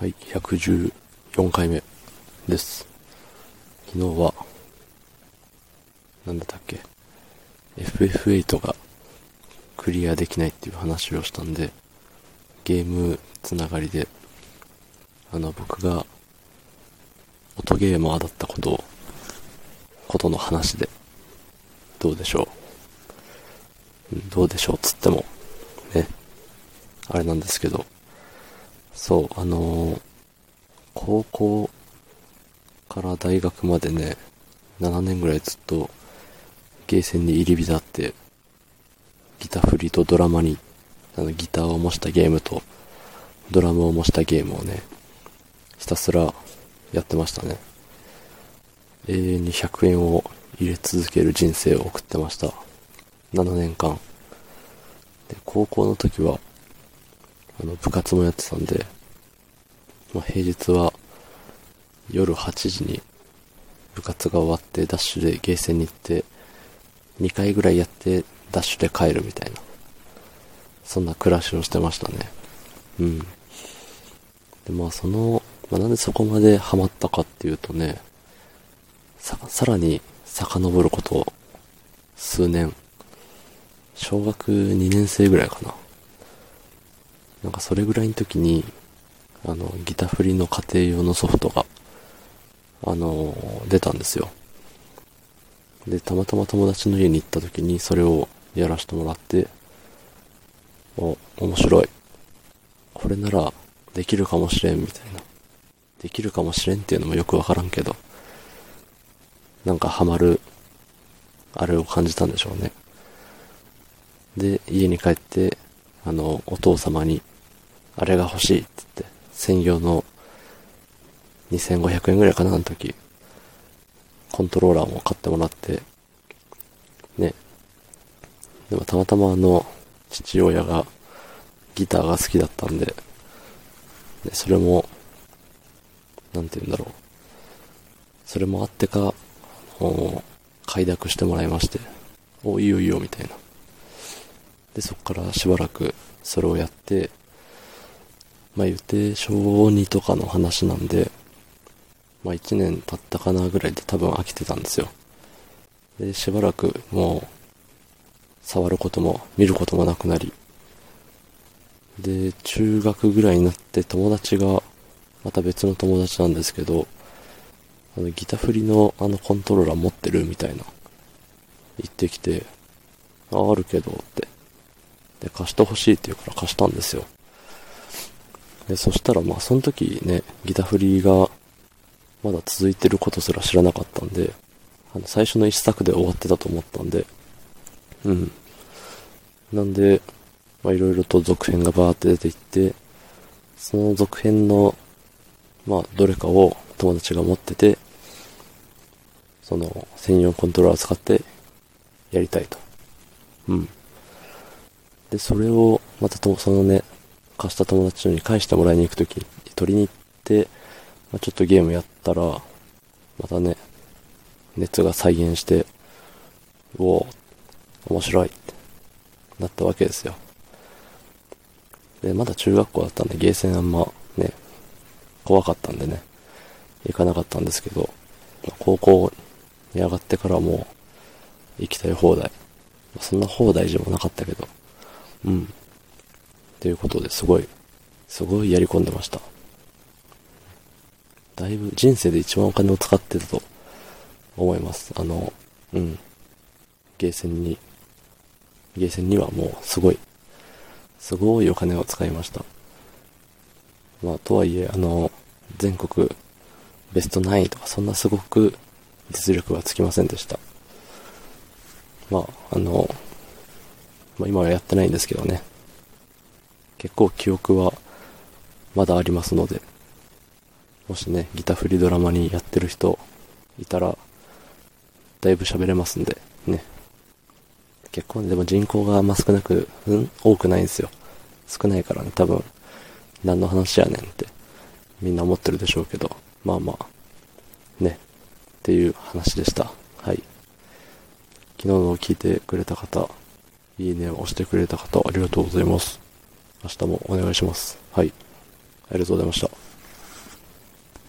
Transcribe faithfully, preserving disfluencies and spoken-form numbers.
はい、ひゃくじゅうよんかいめです。昨日は、なんだったっけ、エフエフエイト がクリアできないっていう話をしたんで、ゲームつながりで、あの、僕が、音ゲーマーだったことを、ことの話で、どうでしょう。どうでしょうっつっても、ね、あれなんですけど、そう、あのー、高校から大学までね、ななねんぐらいずっとゲーセンに入り浸って、ギターフリとドラマに、あのギターを模したゲームとドラムを模したゲームをね、ひたすらやってましたね。永遠にひゃくえんを入れ続ける人生を送ってました。ななねんかん。で、高校の時は、あの部活もやってたんで、まあ、平日は夜はちじに部活が終わってダッシュでゲーセンに行ってにかいぐらいやってダッシュで帰るみたいな、そんな暮らしをしてましたね。うん。で、まあその、まあ、なんでそこまでハマったかっていうとね、さ、さらに遡ること数年、小学にねん生ぐらいかな。なんかそれぐらいの時に、あの、ギタフリの家庭用のソフトが、あのー、出たんですよ。で、たまたま友達の家に行った時にそれをやらせてもらって、お、面白い。これならできるかもしれんみたいな。できるかもしれんっていうのもよくわからんけど、なんかハマる、あれを感じたんでしょうね。で、家に帰って、あの、お父様に、あれが欲しいって言って、専用のにせんごひゃくえんぐらいかな、あの時。コントローラーも買ってもらって、ね。でもたまたまあの、父親がギターが好きだったんで、でそれも、なんて言うんだろう。それもあってか、快諾してもらいまして、お、いいよいいよ、みたいな。で、そっからしばらくそれをやって、まあ言って小にとかの話なんで、まあいちねん経ったかなぐらいで多分飽きてたんですよ。で、しばらくもう、触ることも見ることもなくなり、で、中学ぐらいになって友達が、また別の友達なんですけど、あのギタフリのあのコントローラー持ってるみたいな、言ってきて、あ、あるけどって。で、貸してほしいって言うから貸したんですよ。で、そしたらまあその時ね、ギタフリがまだ続いてることすら知らなかったんで、あの最初の一作で終わってたと思ったんで、うん。なんで、まあいろいろと続編がバーって出ていって、その続編の、まあどれかを友達が持ってて、その専用コントローラーを使ってやりたいと。うん。で、それをまたと、そのね、貸した友達に返してもらいに行くときに取りに行って、まあ、ちょっとゲームやったら、またね、熱が再現して、うおー、面白いってなったわけですよ。で、まだ中学校だったんでゲーセンあんまね、怖かったんでね、行かなかったんですけど、まあ、高校に上がってからもう行きたい放題。そんな放題じゃもなかったけど、うん。ということですごい、すごいやり込んでました。だいぶ人生で一番お金を使ってたと思います。あの、うん。ゲーセンに、ゲーセンにはもうすごい、すごいお金を使いました。まあ、とはいえ、あの、全国ベストナインとかそんなすごく実力はつきませんでした。まあ、あの、まあ今はやってないんですけどね。結構記憶はまだありますので、もしね、ギターフリードラマにやってる人いたら、だいぶ喋れますんで、ね。結構ね、でも人口があんま少なく、うん多くないんですよ。少ないからね、多分、何の話やねんって、みんな思ってるでしょうけど、まあまあ、ね、っていう話でした。はい。昨日のを聞いてくれた方、いいねを押してくれた方、ありがとうございます。明日もお願いします。はい。ありがとうございました。